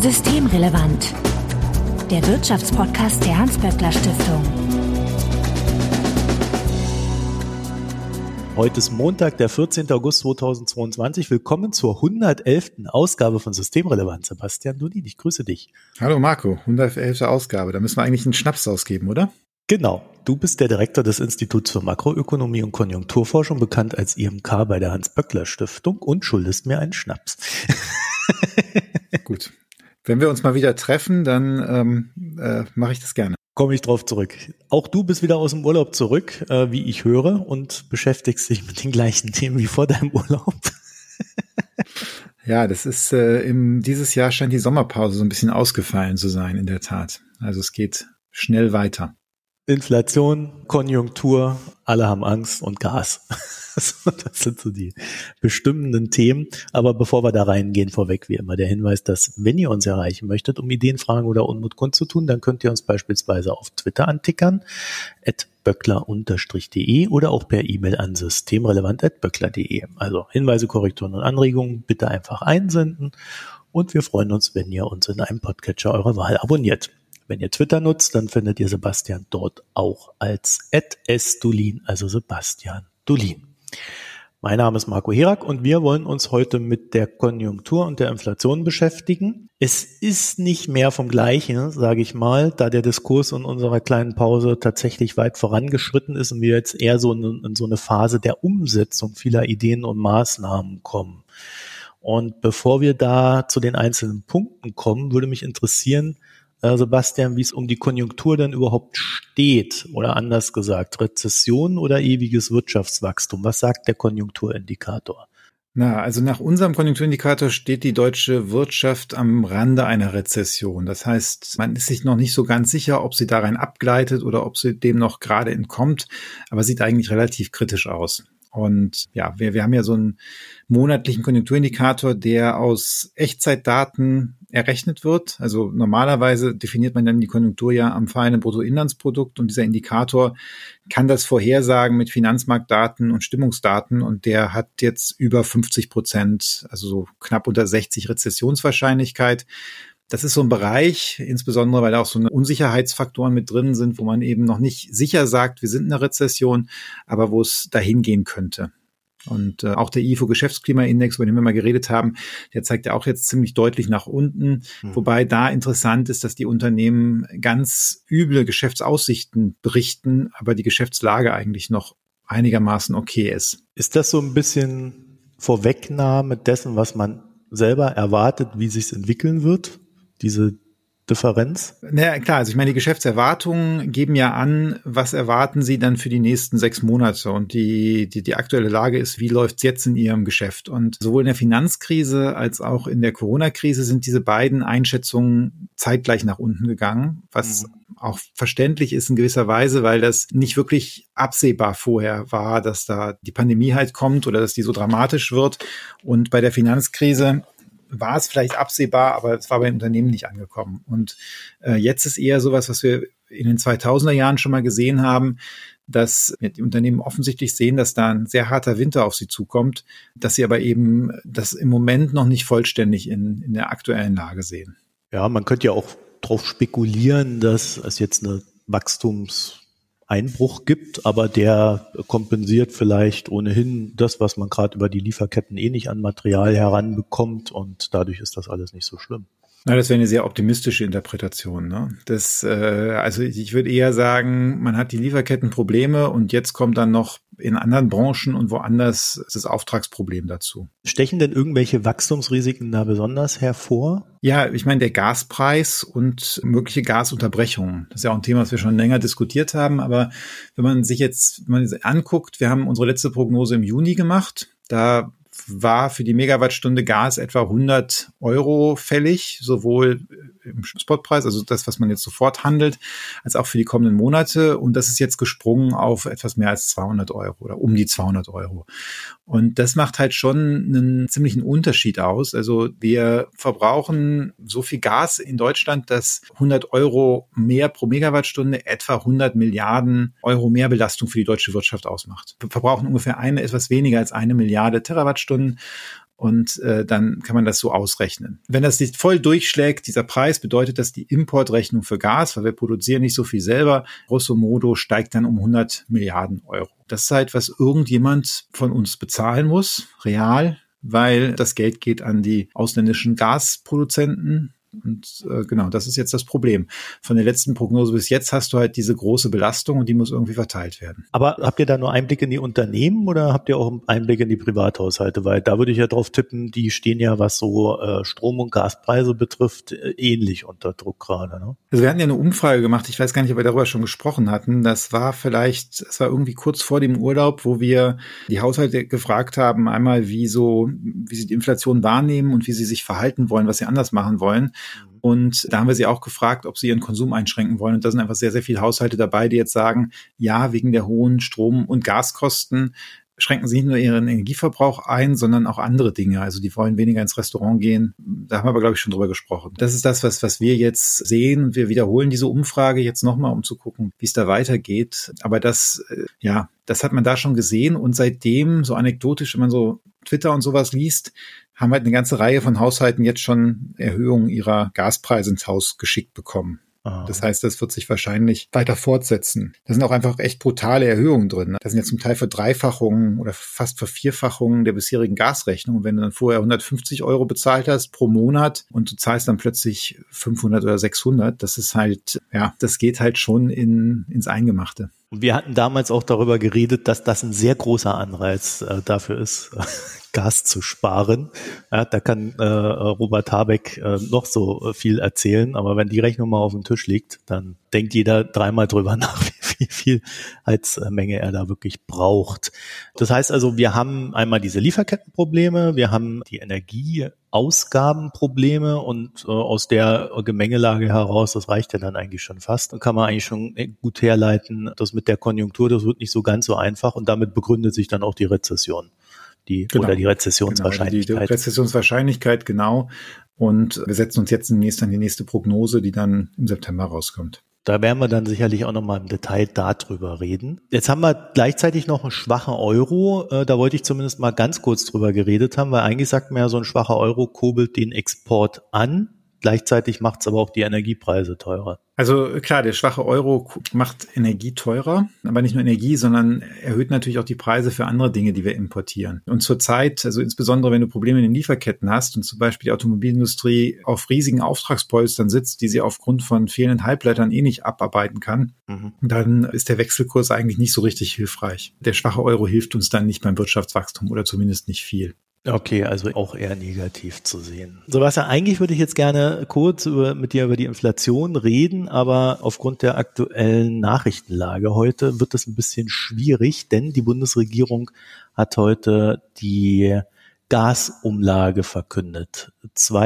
Systemrelevant. Der Wirtschaftspodcast der Hans-Böckler-Stiftung. Heute ist Montag, der 14. August 2022. Willkommen zur 111. Ausgabe von Systemrelevant. Sebastian Dulin, ich grüße dich. Hallo Marco, 111. Ausgabe. Da müssen wir eigentlich einen Schnaps ausgeben, oder? Genau. Du bist der Direktor des Instituts für Makroökonomie und Konjunkturforschung, bekannt als IMK bei der Hans-Böckler-Stiftung, und schuldest mir einen Schnaps. Gut. Wenn wir uns mal wieder treffen, dann mache ich das gerne. Komme ich drauf zurück. Auch du bist wieder aus dem Urlaub zurück, wie ich höre, und beschäftigst dich mit den gleichen Themen wie vor deinem Urlaub. Ja, das ist dieses Jahr scheint die Sommerpause so ein bisschen ausgefallen zu sein, in der Tat. Also es geht schnell weiter. Inflation, Konjunktur, alle haben Angst und Gas. Das sind so die bestimmenden Themen. Aber bevor wir da reingehen, vorweg wie immer der Hinweis, dass wenn ihr uns erreichen möchtet, um Ideen, Fragen oder Unmut kundzutun, dann könnt ihr uns beispielsweise auf Twitter antickern, @böckler_de, oder auch per E-Mail an systemrelevant@böckler.de. Also Hinweise, Korrekturen und Anregungen bitte einfach einsenden, und wir freuen uns, wenn ihr uns in einem Podcatcher eurer Wahl abonniert. Wenn ihr Twitter nutzt, dann findet ihr Sebastian dort auch als @sdulin, also Sebastian Dulin. Mein Name ist Marco Herak und wir wollen uns heute mit der Konjunktur und der Inflation beschäftigen. Es ist nicht mehr vom Gleichen, sage ich mal, da der Diskurs in unserer kleinen Pause tatsächlich weit vorangeschritten ist und wir jetzt eher in so eine Phase der Umsetzung vieler Ideen und Maßnahmen kommen. Und bevor wir da zu den einzelnen Punkten kommen, würde mich interessieren, Sebastian, wie es um die Konjunktur denn überhaupt steht, oder anders gesagt, Rezession oder ewiges Wirtschaftswachstum? Was sagt der Konjunkturindikator? Also nach unserem Konjunkturindikator steht die deutsche Wirtschaft am Rande einer Rezession. Das heißt, man ist sich noch nicht so ganz sicher, ob sie da rein abgleitet oder ob sie dem noch gerade entkommt, aber sieht eigentlich relativ kritisch aus. Und ja, wir haben ja so einen monatlichen Konjunkturindikator, der aus Echtzeitdaten errechnet wird. Also normalerweise definiert man dann die Konjunktur ja am fallenden Bruttoinlandsprodukt, und dieser Indikator kann das vorhersagen mit Finanzmarktdaten und Stimmungsdaten, und der hat jetzt über 50%, also so knapp unter 60 Rezessionswahrscheinlichkeit. Das ist so ein Bereich, insbesondere weil da auch so eine Unsicherheitsfaktoren mit drin sind, wo man eben noch nicht sicher sagt, wir sind in einer Rezession, aber wo es dahin gehen könnte. Und auch der IFO-Geschäftsklimaindex, über den wir mal geredet haben, der zeigt ja auch jetzt ziemlich deutlich nach unten. Wobei da interessant ist, dass die Unternehmen ganz üble Geschäftsaussichten berichten, aber die Geschäftslage eigentlich noch einigermaßen okay ist. Ist das so ein bisschen Vorwegnahme dessen, was man selber erwartet, wie sich es entwickeln wird, diese Differenz? Naja, klar, also ich meine, die Geschäftserwartungen geben ja an, was erwarten Sie dann für die nächsten 6 Monate, und die aktuelle Lage ist, wie läuft's jetzt in Ihrem Geschäft? Und sowohl in der Finanzkrise als auch in der Corona-Krise sind diese beiden Einschätzungen zeitgleich nach unten gegangen, was auch verständlich ist in gewisser Weise, weil das nicht wirklich absehbar vorher war, dass da die Pandemie halt kommt oder dass die so dramatisch wird. Und bei der Finanzkrise war es vielleicht absehbar, aber es war bei den Unternehmen nicht angekommen. Und jetzt ist eher sowas, was wir in den 2000er Jahren schon mal gesehen haben, dass die Unternehmen offensichtlich sehen, dass da ein sehr harter Winter auf sie zukommt, dass sie aber eben das im Moment noch nicht vollständig in der aktuellen Lage sehen. Ja, man könnte ja auch darauf spekulieren, dass es jetzt eine Wachstumseinbruch gibt, aber der kompensiert vielleicht ohnehin das, was man gerade über die Lieferketten nicht an Material heranbekommt, und dadurch ist das alles nicht so schlimm. Na, das wäre eine sehr optimistische Interpretation, ne? Also ich würde eher sagen, man hat die Lieferkettenprobleme und jetzt kommt dann noch in anderen Branchen und woanders das Auftragsproblem dazu. Stechen denn irgendwelche Wachstumsrisiken da besonders hervor? Ja, ich meine, der Gaspreis und mögliche Gasunterbrechungen. Das ist ja auch ein Thema, was wir schon länger diskutiert haben. Aber wenn man sich anguckt, wir haben unsere letzte Prognose im Juni gemacht. Da war für die Megawattstunde Gas etwa 100 € fällig, sowohl im Spotpreis, also das, was man jetzt sofort handelt, als auch für die kommenden Monate. Und das ist jetzt gesprungen auf etwas mehr als 200 € oder um die 200 €. Und das macht halt schon einen ziemlichen Unterschied aus. Also wir verbrauchen so viel Gas in Deutschland, dass 100 € mehr pro Megawattstunde etwa 100 Milliarden € mehr Belastung für die deutsche Wirtschaft ausmacht. Wir verbrauchen ungefähr etwas weniger als 1 Milliarde Terawattstunden. und dann kann man das so ausrechnen. Wenn das nicht voll durchschlägt, dieser Preis, bedeutet das die Importrechnung für Gas, weil wir produzieren nicht so viel selber, grosso modo steigt dann um 100 Milliarden Euro. Das ist halt, was irgendjemand von uns bezahlen muss, real, weil das Geld geht an die ausländischen Gasproduzenten. Und genau, das ist jetzt das Problem. Von der letzten Prognose bis jetzt hast du halt diese große Belastung und die muss irgendwie verteilt werden. Aber habt ihr da nur Einblick in die Unternehmen oder habt ihr auch Einblick in die Privathaushalte? Weil da würde ich ja drauf tippen, die stehen ja, was so Strom- und Gaspreise betrifft, ähnlich unter Druck gerade. Ne? Also wir hatten ja eine Umfrage gemacht, ich weiß gar nicht, ob wir darüber schon gesprochen hatten. Es war irgendwie kurz vor dem Urlaub, wo wir die Haushalte gefragt haben, einmal wie sie die Inflation wahrnehmen und wie sie sich verhalten wollen, was sie anders machen wollen. Und da haben wir sie auch gefragt, ob sie ihren Konsum einschränken wollen. Und da sind einfach sehr, sehr viele Haushalte dabei, die jetzt sagen, ja, wegen der hohen Strom- und Gaskosten schränken sie nicht nur ihren Energieverbrauch ein, sondern auch andere Dinge. Also die wollen weniger ins Restaurant gehen. Da haben wir aber, glaube ich, schon drüber gesprochen. Das ist das, was wir jetzt sehen. Und wir wiederholen diese Umfrage jetzt nochmal, um zu gucken, wie es da weitergeht. Aber das hat man da schon gesehen. Und seitdem, so anekdotisch, wenn man so Twitter und sowas liest, haben halt eine ganze Reihe von Haushalten jetzt schon Erhöhungen ihrer Gaspreise ins Haus geschickt bekommen. Aha. Das heißt, das wird sich wahrscheinlich weiter fortsetzen. Da sind auch einfach echt brutale Erhöhungen drin. Da sind ja zum Teil Verdreifachungen oder fast Vervierfachungen der bisherigen Gasrechnung. Und wenn du dann vorher 150 € bezahlt hast pro Monat und du zahlst dann plötzlich 500 oder 600, das ist halt, ja, das geht halt schon ins Eingemachte. Und wir hatten damals auch darüber geredet, dass das ein sehr großer Anreiz dafür ist, Gas zu sparen. Ja, da kann Robert Habeck noch so viel erzählen, aber wenn die Rechnung mal auf dem Tisch liegt, dann denkt jeder dreimal drüber nach, wie viel Heizmenge er da wirklich braucht. Das heißt also, wir haben einmal diese Lieferkettenprobleme, wir haben die Energieausgabenprobleme und aus der Gemengelage heraus, das reicht ja dann eigentlich schon fast, dann kann man eigentlich schon gut herleiten, das mit der Konjunktur, das wird nicht so ganz so einfach und damit begründet sich dann auch die Rezession. Oder die Rezessionswahrscheinlichkeit. Genau, die Rezessionswahrscheinlichkeit, genau. Und wir setzen uns jetzt demnächst an die nächste Prognose, die dann im September rauskommt. Da werden wir dann sicherlich auch nochmal im Detail darüber reden. Jetzt haben wir gleichzeitig noch einen schwachen Euro. Da wollte ich zumindest mal ganz kurz drüber geredet haben, weil eigentlich sagt man ja, so ein schwacher Euro kurbelt den Export an. Gleichzeitig macht es aber auch die Energiepreise teurer. Also klar, der schwache Euro macht Energie teurer, aber nicht nur Energie, sondern erhöht natürlich auch die Preise für andere Dinge, die wir importieren. Und zurzeit, also insbesondere wenn du Probleme in den Lieferketten hast und zum Beispiel die Automobilindustrie auf riesigen Auftragspolstern sitzt, die sie aufgrund von fehlenden Halbleitern nicht abarbeiten kann, dann ist der Wechselkurs eigentlich nicht so richtig hilfreich. Der schwache Euro hilft uns dann nicht beim Wirtschaftswachstum oder zumindest nicht viel. Okay, also auch eher negativ zu sehen. Sebastian, eigentlich würde ich jetzt gerne kurz mit dir über die Inflation reden, aber aufgrund der aktuellen Nachrichtenlage heute wird es ein bisschen schwierig, denn die Bundesregierung hat heute die Gasumlage verkündet.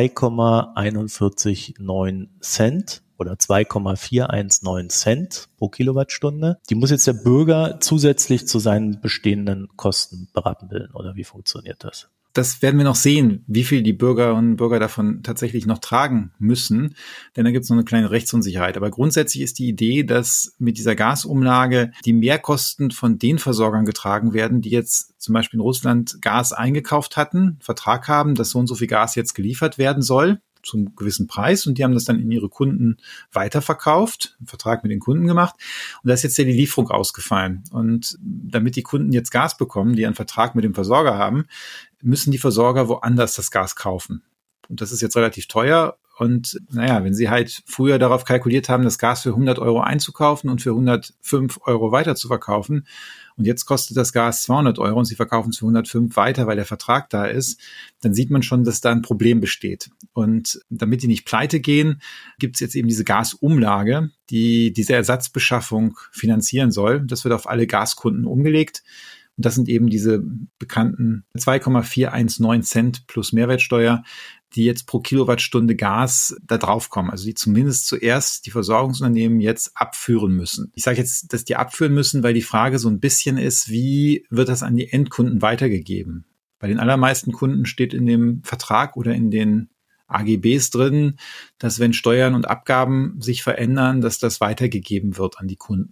2,149 Cent oder 2,419 Cent pro Kilowattstunde. Die muss jetzt der Bürger zusätzlich zu seinen bestehenden Kosten berappeln, oder wie funktioniert das? Das werden wir noch sehen, wie viel die Bürgerinnen und Bürger davon tatsächlich noch tragen müssen, denn da gibt es noch eine kleine Rechtsunsicherheit. Aber grundsätzlich ist die Idee, dass mit dieser Gasumlage die Mehrkosten von den Versorgern getragen werden, die jetzt zum Beispiel in Russland Gas eingekauft hatten, Vertrag haben, dass so und so viel Gas jetzt geliefert werden soll zum gewissen Preis und die haben das dann in ihre Kunden weiterverkauft, einen Vertrag mit den Kunden gemacht und da ist jetzt ja die Lieferung ausgefallen. Und damit die Kunden jetzt Gas bekommen, die einen Vertrag mit dem Versorger haben, müssen die Versorger woanders das Gas kaufen. Und das ist jetzt relativ teuer. Und naja, wenn sie halt früher darauf kalkuliert haben, das Gas für 100 € einzukaufen und für 105 € weiter zu verkaufen und jetzt kostet das Gas 200 € und sie verkaufen es für 105 weiter, weil der Vertrag da ist, dann sieht man schon, dass da ein Problem besteht. Und damit die nicht pleite gehen, gibt es jetzt eben diese Gasumlage, die diese Ersatzbeschaffung finanzieren soll. Das wird auf alle Gaskunden umgelegt. Und das sind eben diese bekannten 2,419 Cent plus Mehrwertsteuer, die jetzt pro Kilowattstunde Gas da drauf kommen. Also die zumindest zuerst die Versorgungsunternehmen jetzt abführen müssen. Ich sage jetzt, dass die abführen müssen, weil die Frage so ein bisschen ist, wie wird das an die Endkunden weitergegeben? Bei den allermeisten Kunden steht in dem Vertrag oder in den AGBs drin, dass wenn Steuern und Abgaben sich verändern, dass das weitergegeben wird an die Kunden.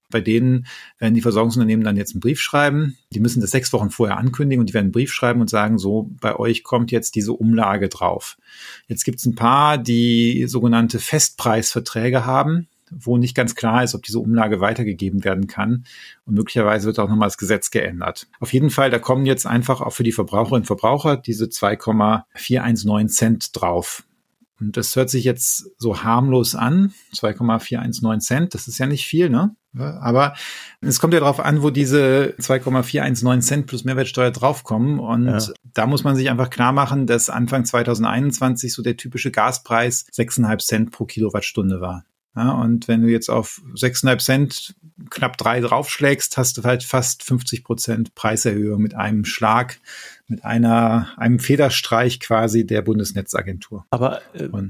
Bei denen werden die Versorgungsunternehmen dann jetzt einen Brief schreiben. Die müssen das 6 Wochen vorher ankündigen und die werden einen Brief schreiben und sagen, so, bei euch kommt jetzt diese Umlage drauf. Jetzt gibt es ein paar, die sogenannte Festpreisverträge haben, wo nicht ganz klar ist, ob diese Umlage weitergegeben werden kann. Und möglicherweise wird auch nochmal das Gesetz geändert. Auf jeden Fall, da kommen jetzt einfach auch für die Verbraucherinnen und Verbraucher diese 2,419 Cent drauf. Und das hört sich jetzt so harmlos an, 2,419 Cent, das ist ja nicht viel, ne? Aber es kommt ja darauf an, wo diese 2,419 Cent plus Mehrwertsteuer draufkommen. Und da muss man sich einfach klar machen, dass Anfang 2021 so der typische Gaspreis 6,5 Cent pro Kilowattstunde war. Ja, und wenn du jetzt auf 6,5 Cent knapp 3 draufschlägst, hast du halt fast 50% Preiserhöhung mit einem Schlag, mit einem Federstreich quasi der Bundesnetzagentur. Aber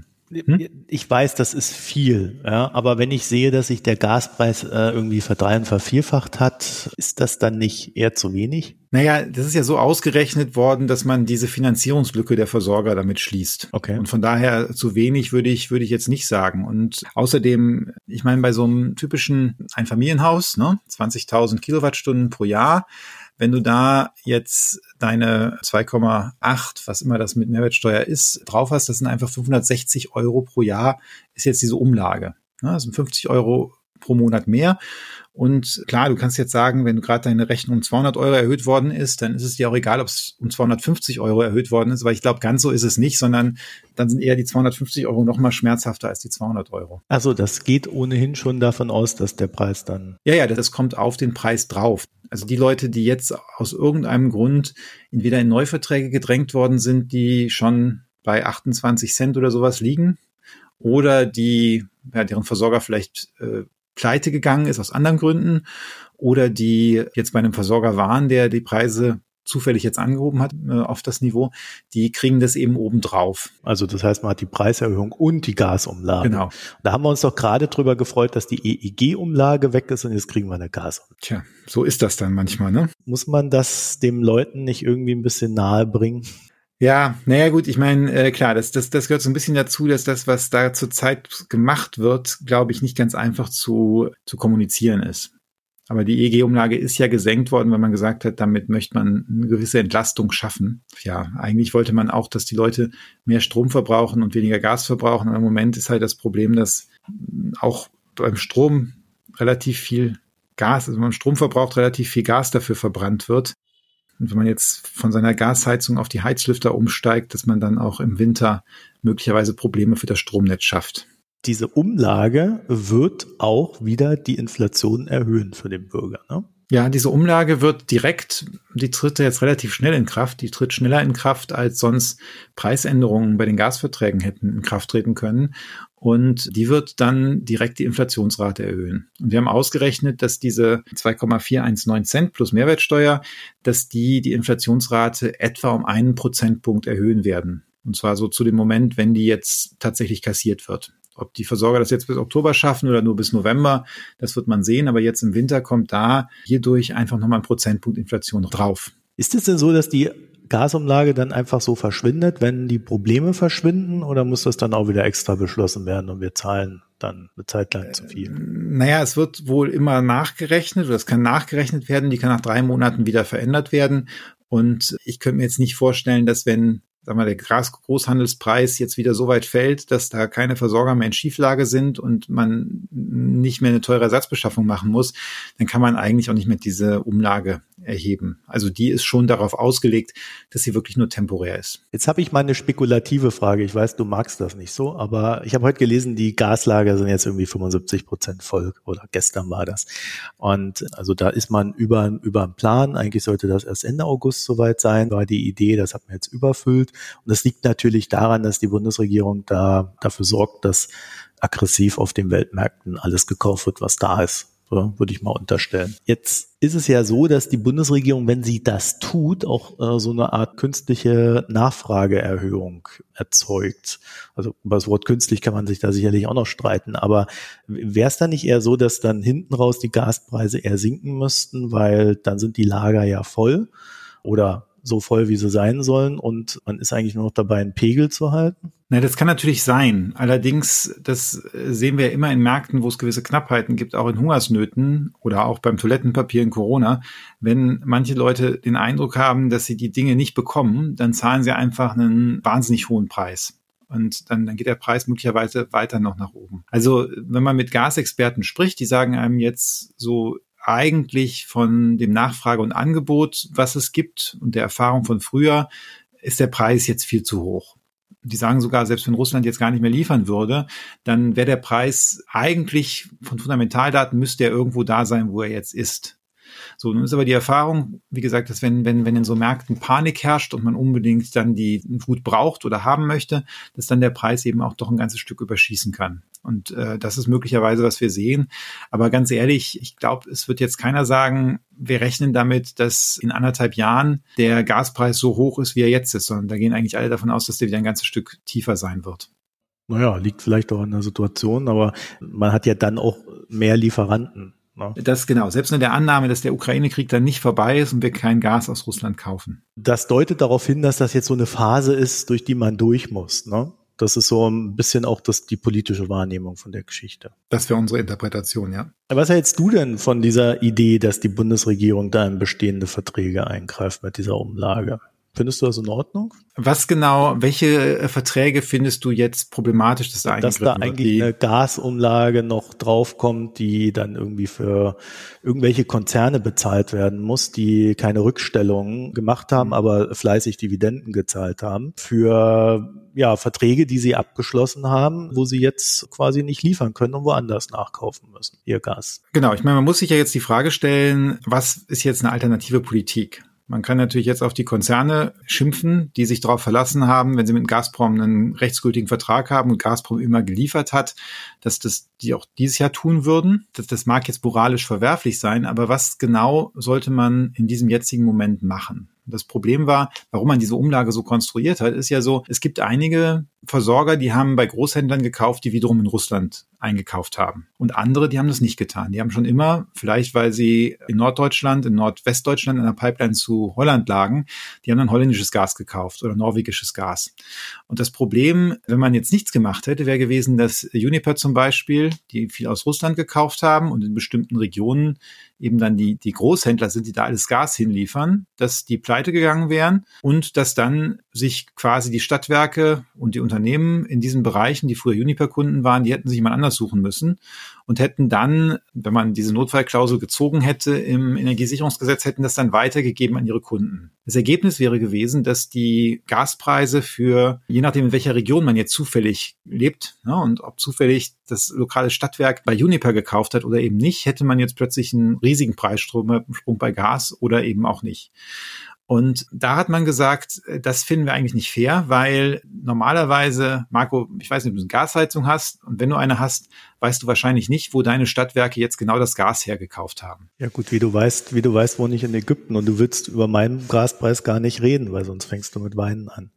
ich weiß, das ist viel, ja, aber wenn ich sehe, dass sich der Gaspreis irgendwie verdreifacht, vervierfacht hat, ist das dann nicht eher zu wenig? Naja, das ist ja so ausgerechnet worden, dass man diese Finanzierungslücke der Versorger damit schließt. Okay. Und von daher zu wenig würde ich jetzt nicht sagen. Und außerdem, ich meine, bei so einem typischen Einfamilienhaus, ne, 20.000 Kilowattstunden pro Jahr, wenn du da jetzt deine 2,8, was immer das mit Mehrwertsteuer ist, drauf hast, das sind einfach 560 Euro pro Jahr, ist jetzt diese Umlage. Das sind 50 Euro pro Monat mehr. Und klar, du kannst jetzt sagen, wenn gerade deine Rechnung um 200 Euro erhöht worden ist, dann ist es dir auch egal, ob es um 250 Euro erhöht worden ist, weil ich glaube, ganz so ist es nicht, sondern dann sind eher die 250 Euro noch mal schmerzhafter als die 200 Euro. Also das geht ohnehin schon davon aus, dass der Preis dann... Ja, das kommt auf den Preis drauf. Also die Leute, die jetzt aus irgendeinem Grund entweder in Neuverträge gedrängt worden sind, die schon bei 28 Cent oder sowas liegen, oder die, deren Versorger vielleicht pleite gegangen ist aus anderen Gründen, oder die jetzt bei einem Versorger waren, der die Preise zufällig jetzt angehoben hat auf das Niveau, die kriegen das eben obendrauf. Also das heißt, man hat die Preiserhöhung und die Gasumlage. Genau. Da haben wir uns doch gerade drüber gefreut, dass die EEG-Umlage weg ist und jetzt kriegen wir eine Gasumlage. Tja, so ist das dann manchmal, ne? Muss man das dem Leuten nicht irgendwie ein bisschen nahe bringen? Ja, naja gut, ich meine, klar, das gehört so ein bisschen dazu, dass das, was da zurzeit gemacht wird, glaube ich, nicht ganz einfach zu kommunizieren ist. Aber die EEG-Umlage ist ja gesenkt worden, weil man gesagt hat, damit möchte man eine gewisse Entlastung schaffen. Ja, eigentlich wollte man auch, dass die Leute mehr Strom verbrauchen und weniger Gas verbrauchen. Aber im Moment ist halt das Problem, dass auch beim Strom relativ viel Gas, also beim Stromverbrauch relativ viel Gas dafür verbrannt wird. Und wenn man jetzt von seiner Gasheizung auf die Heizlüfter umsteigt, dass man dann auch im Winter möglicherweise Probleme für das Stromnetz schafft. Diese Umlage wird auch wieder die Inflation erhöhen für den Bürger, ne? Ja, diese Umlage wird direkt, die tritt jetzt relativ schnell in Kraft, die tritt schneller in Kraft, als sonst Preisänderungen bei den Gasverträgen hätten in Kraft treten können. Und die wird dann direkt die Inflationsrate erhöhen. Und wir haben ausgerechnet, dass diese 2,419 Cent plus Mehrwertsteuer, dass die Inflationsrate etwa um 1 Prozentpunkt erhöhen werden. Und zwar so zu dem Moment, wenn die jetzt tatsächlich kassiert wird. Ob die Versorger das jetzt bis Oktober schaffen oder nur bis November, das wird man sehen. Aber jetzt im Winter kommt da hierdurch einfach nochmal 1 Prozentpunkt Inflation drauf. Ist es denn so, dass die Gasumlage dann einfach so verschwindet, wenn die Probleme verschwinden, oder muss das dann auch wieder extra beschlossen werden und wir zahlen dann eine Zeit lang zu viel? Naja, es wird wohl immer nachgerechnet, oder es kann nachgerechnet werden, die kann nach 3 Monaten wieder verändert werden. Und ich könnte mir jetzt nicht vorstellen, dass wenn der Großhandelspreis jetzt wieder so weit fällt, dass da keine Versorger mehr in Schieflage sind und man nicht mehr eine teure Ersatzbeschaffung machen muss, dann kann man eigentlich auch nicht mehr diese Umlage erheben. Also die ist schon darauf ausgelegt, dass sie wirklich nur temporär ist. Jetzt habe ich mal eine spekulative Frage. Ich weiß, du magst das nicht so, aber ich habe heute gelesen, die Gaslager sind jetzt irgendwie 75% voll, oder gestern war das. Und also da ist man über einen Plan. Eigentlich sollte das erst Ende August soweit sein, war die Idee, das hat man jetzt überfüllt. Und das liegt natürlich daran, dass die Bundesregierung da dafür sorgt, dass aggressiv auf den Weltmärkten alles gekauft wird, was da ist. So, würde ich mal unterstellen. Jetzt ist es ja so, dass die Bundesregierung, wenn sie das tut, auch so eine Art künstliche Nachfrageerhöhung erzeugt. Also über das Wort künstlich kann man sich da sicherlich auch noch streiten, aber wäre es dann nicht eher so, dass dann hinten raus die Gaspreise eher sinken müssten, weil dann sind die Lager ja voll? Oder so voll, wie sie sein sollen und man ist eigentlich nur noch dabei, einen Pegel zu halten? Na, das kann natürlich sein. Allerdings, das sehen wir ja immer in Märkten, wo es gewisse Knappheiten gibt, auch in Hungersnöten oder auch beim Toilettenpapier in Corona. Wenn manche Leute den Eindruck haben, dass sie die Dinge nicht bekommen, dann zahlen sie einfach einen wahnsinnig hohen Preis. Und dann geht der Preis möglicherweise weiter noch nach oben. Also wenn man mit Gasexperten spricht, die sagen einem jetzt so eigentlich von dem Nachfrage und Angebot, was es gibt und der Erfahrung von früher, ist der Preis jetzt viel zu hoch. Die sagen sogar, selbst wenn Russland jetzt gar nicht mehr liefern würde, dann wäre der Preis eigentlich von Fundamentaldaten müsste er irgendwo da sein, wo er jetzt ist. So, nun ist aber die Erfahrung, wie gesagt, dass wenn in so Märkten Panik herrscht und man unbedingt dann die Wut braucht oder haben möchte, dass dann der Preis eben auch doch ein ganzes Stück überschießen kann. Und das ist möglicherweise, was wir sehen. Aber ganz ehrlich, ich glaube, es wird jetzt keiner sagen, wir rechnen damit, dass in 1,5 Jahren der Gaspreis so hoch ist, wie er jetzt ist, sondern da gehen eigentlich alle davon aus, dass der wieder ein ganzes Stück tiefer sein wird. Naja, liegt vielleicht auch an der Situation, aber man hat ja dann auch mehr Lieferanten. Das genau, selbst in der Annahme, dass der Ukraine-Krieg dann nicht vorbei ist und wir kein Gas aus Russland kaufen. Das deutet darauf hin, dass das jetzt so eine Phase ist, durch die man durch muss, ne? Das ist so ein bisschen auch die politische Wahrnehmung von der Geschichte. Das wäre unsere Interpretation, ja. Was hältst du denn von dieser Idee, dass die Bundesregierung da in bestehende Verträge eingreift mit dieser Umlage? Findest du das in Ordnung? Was genau, welche Verträge findest du jetzt problematisch, dass da eingegriffen wird? Dass da eigentlich eine Gasumlage noch draufkommt, die dann irgendwie für irgendwelche Konzerne bezahlt werden muss, die keine Rückstellungen gemacht haben, aber fleißig Dividenden gezahlt haben, für Verträge, die sie abgeschlossen haben, wo sie jetzt quasi nicht liefern können und woanders nachkaufen müssen, ihr Gas. Genau, ich meine, man muss sich ja jetzt die Frage stellen, was ist jetzt eine alternative Politik? Man kann natürlich jetzt auf die Konzerne schimpfen, die sich darauf verlassen haben, wenn sie mit Gazprom einen rechtsgültigen Vertrag haben und Gazprom immer geliefert hat, dass die auch dieses Jahr tun würden. Das mag jetzt moralisch verwerflich sein, aber was genau sollte man in diesem jetzigen Moment machen? Das Problem war, warum man diese Umlage so konstruiert hat, ist ja so, es gibt einige Versorger, die haben bei Großhändlern gekauft, die wiederum in Russland eingekauft haben. Und andere, die haben das nicht getan. Die haben schon immer, vielleicht weil sie in Norddeutschland, in Nordwestdeutschland in einer Pipeline zu Holland lagen, die haben dann holländisches Gas gekauft oder norwegisches Gas. Und das Problem, wenn man jetzt nichts gemacht hätte, wäre gewesen, dass Uniper zum Beispiel, die viel aus Russland gekauft haben und in bestimmten Regionen eben dann die Großhändler sind, die da alles Gas hinliefern, dass die pleite gegangen wären und dass dann sich quasi die Stadtwerke und die Unternehmen in diesen Bereichen, die früher Uniper-Kunden waren, die hätten sich jemand anders suchen müssen und hätten dann, wenn man diese Notfallklausel gezogen hätte im Energiesicherungsgesetz, hätten das dann weitergegeben an ihre Kunden. Das Ergebnis wäre gewesen, dass die Gaspreise für, je nachdem in welcher Region man jetzt zufällig lebt, und ob zufällig das lokale Stadtwerk bei Uniper gekauft hat oder eben nicht, hätte man jetzt plötzlich einen riesigen Preissprung bei Gas oder eben auch nicht. Und da hat man gesagt, das finden wir eigentlich nicht fair, weil normalerweise, Marco, ich weiß nicht, ob du eine Gasheizung hast und wenn du eine hast, weißt du wahrscheinlich nicht, wo deine Stadtwerke jetzt genau das Gas hergekauft haben. Ja gut, wie du weißt, wohne ich in Ägypten und du willst über meinen Gaspreis gar nicht reden, weil sonst fängst du mit Weinen an.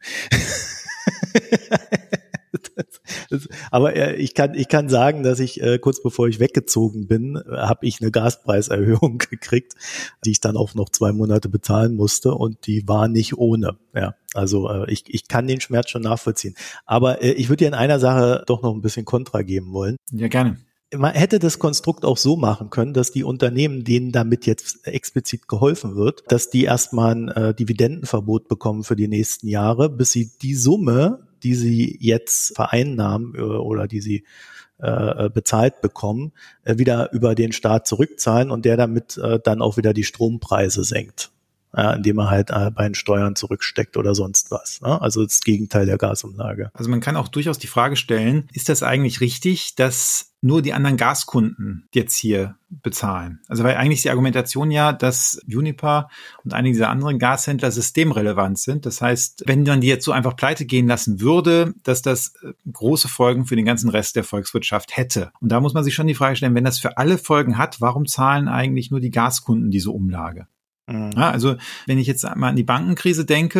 Aber ich kann sagen, dass ich kurz bevor ich weggezogen bin, habe ich eine Gaspreiserhöhung gekriegt, die ich dann auch noch 2 Monate bezahlen musste und die war nicht ohne. Ja, also ich kann den Schmerz schon nachvollziehen. Aber ich würde dir in einer Sache doch noch ein bisschen Kontra geben wollen. Ja, gerne. Man hätte das Konstrukt auch so machen können, dass die Unternehmen, denen damit jetzt explizit geholfen wird, dass die erstmal ein Dividendenverbot bekommen für die nächsten Jahre, bis sie die Summe, die sie jetzt vereinnahmen oder die sie bezahlt bekommen, wieder über den Staat zurückzahlen und der damit dann auch wieder die Strompreise senkt. Ja, indem er halt bei den Steuern zurücksteckt oder sonst was. Ne? Also das Gegenteil der Gasumlage. Also man kann auch durchaus die Frage stellen, ist das eigentlich richtig, dass nur die anderen Gaskunden jetzt hier bezahlen? Also weil eigentlich ist die Argumentation ja, dass Uniper und einige dieser anderen Gashändler systemrelevant sind. Das heißt, wenn man die jetzt so einfach pleite gehen lassen würde, dass das große Folgen für den ganzen Rest der Volkswirtschaft hätte. Und da muss man sich schon die Frage stellen, wenn das für alle Folgen hat, warum zahlen eigentlich nur die Gaskunden diese Umlage? Ja, also wenn ich jetzt mal an die Bankenkrise denke,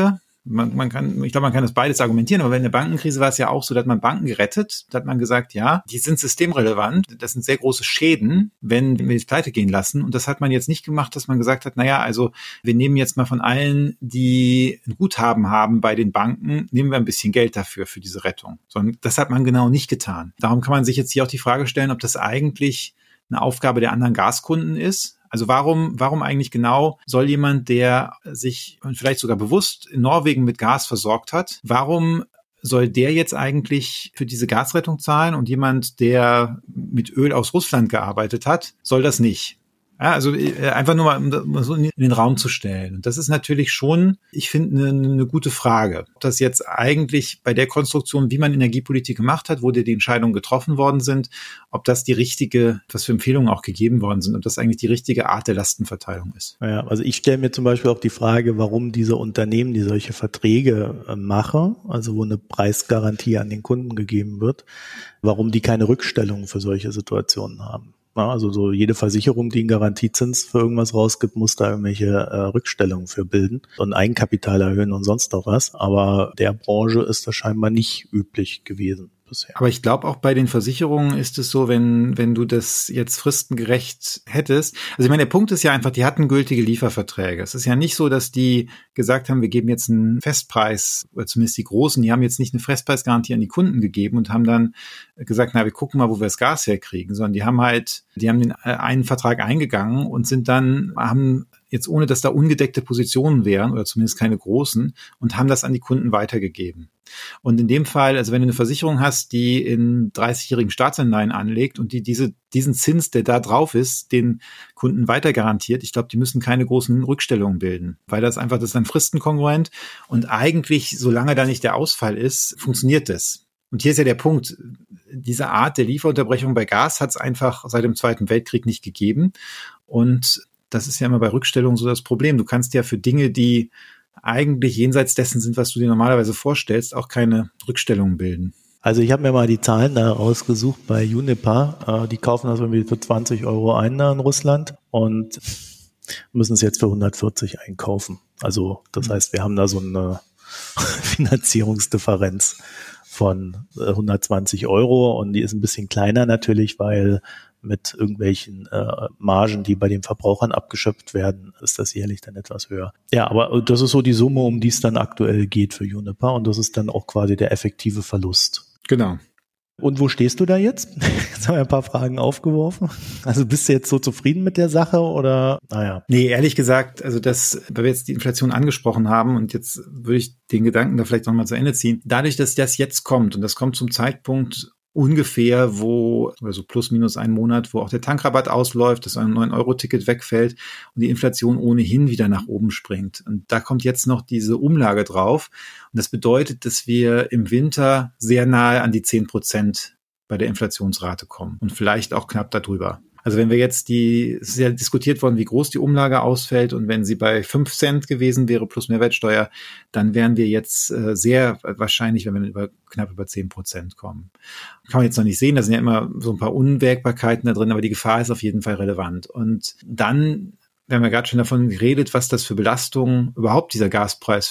Man kann das beides argumentieren, aber in der Bankenkrise war es ja auch so, da hat man Banken gerettet, da hat man gesagt, ja, die sind systemrelevant, das sind sehr große Schäden, wenn wir die pleite gehen lassen. Und das hat man jetzt nicht gemacht, dass man gesagt hat, naja, also wir nehmen jetzt mal von allen, die ein Guthaben haben bei den Banken, nehmen wir ein bisschen Geld dafür, für diese Rettung. Sondern das hat man genau nicht getan. Darum kann man sich jetzt hier auch die Frage stellen, ob das eigentlich eine Aufgabe der anderen Gaskunden ist. Also warum eigentlich genau soll jemand, der sich vielleicht sogar bewusst in Norwegen mit Gas versorgt hat, warum soll der jetzt eigentlich für diese Gasrettung zahlen und jemand, der mit Öl aus Russland gearbeitet hat, soll das nicht? Ja, also einfach nur mal um so in den Raum zu stellen. Und das ist natürlich schon, ich finde, eine gute Frage. Ob das jetzt eigentlich bei der Konstruktion, wie man Energiepolitik gemacht hat, wo die Entscheidungen getroffen worden sind, ob das die richtige, was für Empfehlungen auch gegeben worden sind, ob das eigentlich die richtige Art der Lastenverteilung ist. Ja, also ich stelle mir zum Beispiel auch die Frage, warum diese Unternehmen, die solche Verträge machen, also wo eine Preisgarantie an den Kunden gegeben wird, warum die keine Rückstellungen für solche Situationen haben. Also so jede Versicherung, die einen Garantiezins für irgendwas rausgibt, muss da irgendwelche Rückstellungen für bilden und Eigenkapital erhöhen und sonst noch was. Aber der Branche ist das scheinbar nicht üblich gewesen bisher. Aber ich glaube, auch bei den Versicherungen ist es so, wenn du das jetzt fristengerecht hättest. Also ich meine, der Punkt ist ja einfach, die hatten gültige Lieferverträge. Es ist ja nicht so, dass die gesagt haben, wir geben jetzt einen Festpreis, oder zumindest die Großen, die haben jetzt nicht eine Festpreisgarantie an die Kunden gegeben und haben dann gesagt, na, wir gucken mal, wo wir das Gas herkriegen, sondern die haben den einen Vertrag eingegangen und haben jetzt, ohne dass da ungedeckte Positionen wären, oder zumindest keine großen, und haben das an die Kunden weitergegeben. Und in dem Fall, also wenn du eine Versicherung hast, die in 30-jährigen Staatsanleihen anlegt und die diesen Zins, der da drauf ist, den Kunden weiter garantiert, ich glaube, die müssen keine großen Rückstellungen bilden, weil das ist dann fristenkongruent und eigentlich, solange da nicht der Ausfall ist, funktioniert das. Und hier ist ja der Punkt, diese Art der Lieferunterbrechung bei Gas hat es einfach seit dem Zweiten Weltkrieg nicht gegeben. Und das ist ja immer bei Rückstellungen so das Problem. Du kannst ja für Dinge, die eigentlich jenseits dessen sind, was du dir normalerweise vorstellst, auch keine Rückstellungen bilden. Also ich habe mir mal die Zahlen da rausgesucht bei Uniper. Die kaufen das irgendwie für 20 € ein in Russland und müssen es jetzt für 140 einkaufen. Also das heißt, wir haben da so eine Finanzierungsdifferenz von 120 € und die ist ein bisschen kleiner natürlich, weil mit irgendwelchen Margen, die bei den Verbrauchern abgeschöpft werden, ist das jährlich dann etwas höher. Ja, aber das ist so die Summe, um die es dann aktuell geht für Uniper und das ist dann auch quasi der effektive Verlust. Genau. Und wo stehst du da jetzt? Jetzt haben wir ein paar Fragen aufgeworfen. Also bist du jetzt so zufrieden mit der Sache oder? Naja. Nee, ehrlich gesagt, also weil wir jetzt die Inflation angesprochen haben und jetzt würde ich den Gedanken da vielleicht nochmal zu Ende ziehen. Dadurch, dass das jetzt kommt und das kommt zum Zeitpunkt ungefähr, also plus minus einen Monat, wo auch der Tankrabatt ausläuft, dass ein 9-Euro-Ticket wegfällt und die Inflation ohnehin wieder nach oben springt. Und da kommt jetzt noch diese Umlage drauf. Und das bedeutet, dass wir im Winter sehr nahe an die 10% bei der Inflationsrate kommen und vielleicht auch knapp darüber. Also wenn wir jetzt es ist ja diskutiert worden, wie groß die Umlage ausfällt und wenn sie bei 5 Cent gewesen wäre plus Mehrwertsteuer, dann wären wir jetzt sehr wahrscheinlich, wenn wir knapp über 10% kommen. Kann man jetzt noch nicht sehen, da sind ja immer so ein paar Unwägbarkeiten da drin, aber die Gefahr ist auf jeden Fall relevant. Und dann, wir haben ja gerade schon davon geredet, was das für Belastungen überhaupt dieser Gaspreis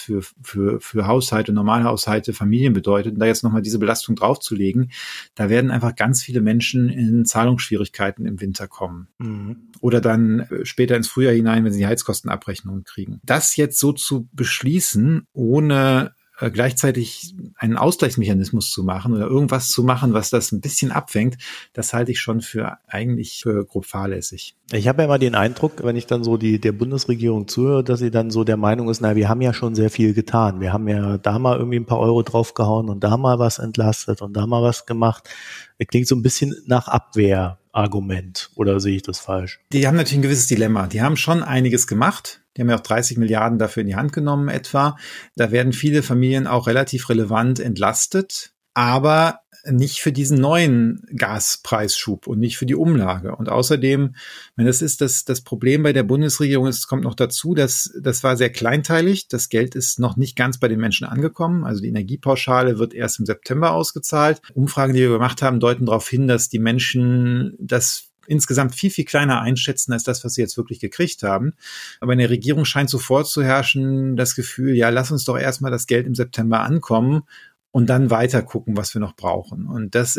für Haushalte, Normalhaushalte, Familien bedeutet. Und da jetzt nochmal diese Belastung draufzulegen, da werden einfach ganz viele Menschen in Zahlungsschwierigkeiten im Winter kommen. Mhm. Oder dann später ins Frühjahr hinein, wenn sie die Heizkostenabrechnung kriegen. Das jetzt so zu beschließen, ohne gleichzeitig einen Ausgleichsmechanismus zu machen oder irgendwas zu machen, was das ein bisschen abfängt, das halte ich schon für grob fahrlässig. Ich habe ja immer den Eindruck, wenn ich dann so der Bundesregierung zuhöre, dass sie dann so der Meinung ist, wir haben ja schon sehr viel getan. Wir haben ja da mal irgendwie ein paar Euro draufgehauen und da mal was entlastet und da mal was gemacht. Das klingt so ein bisschen nach Abwehrargument, oder sehe ich das falsch? Die haben natürlich ein gewisses Dilemma. Die haben schon einiges gemacht. Die haben ja auch 30 Milliarden dafür in die Hand genommen etwa. Da werden viele Familien auch relativ relevant entlastet, aber nicht für diesen neuen Gaspreisschub und nicht für die Umlage. Und außerdem, das ist das Problem bei der Bundesregierung, es kommt noch dazu, dass das war sehr kleinteilig. Das Geld ist noch nicht ganz bei den Menschen angekommen. Also die Energiepauschale wird erst im September ausgezahlt. Umfragen, die wir gemacht haben, deuten darauf hin, dass die Menschen das insgesamt viel, viel kleiner einschätzen als das, was sie jetzt wirklich gekriegt haben. Aber in der Regierung scheint so vorzuherrschen das Gefühl, ja, lass uns doch erstmal das Geld im September ankommen und dann weiter gucken, was wir noch brauchen. Und das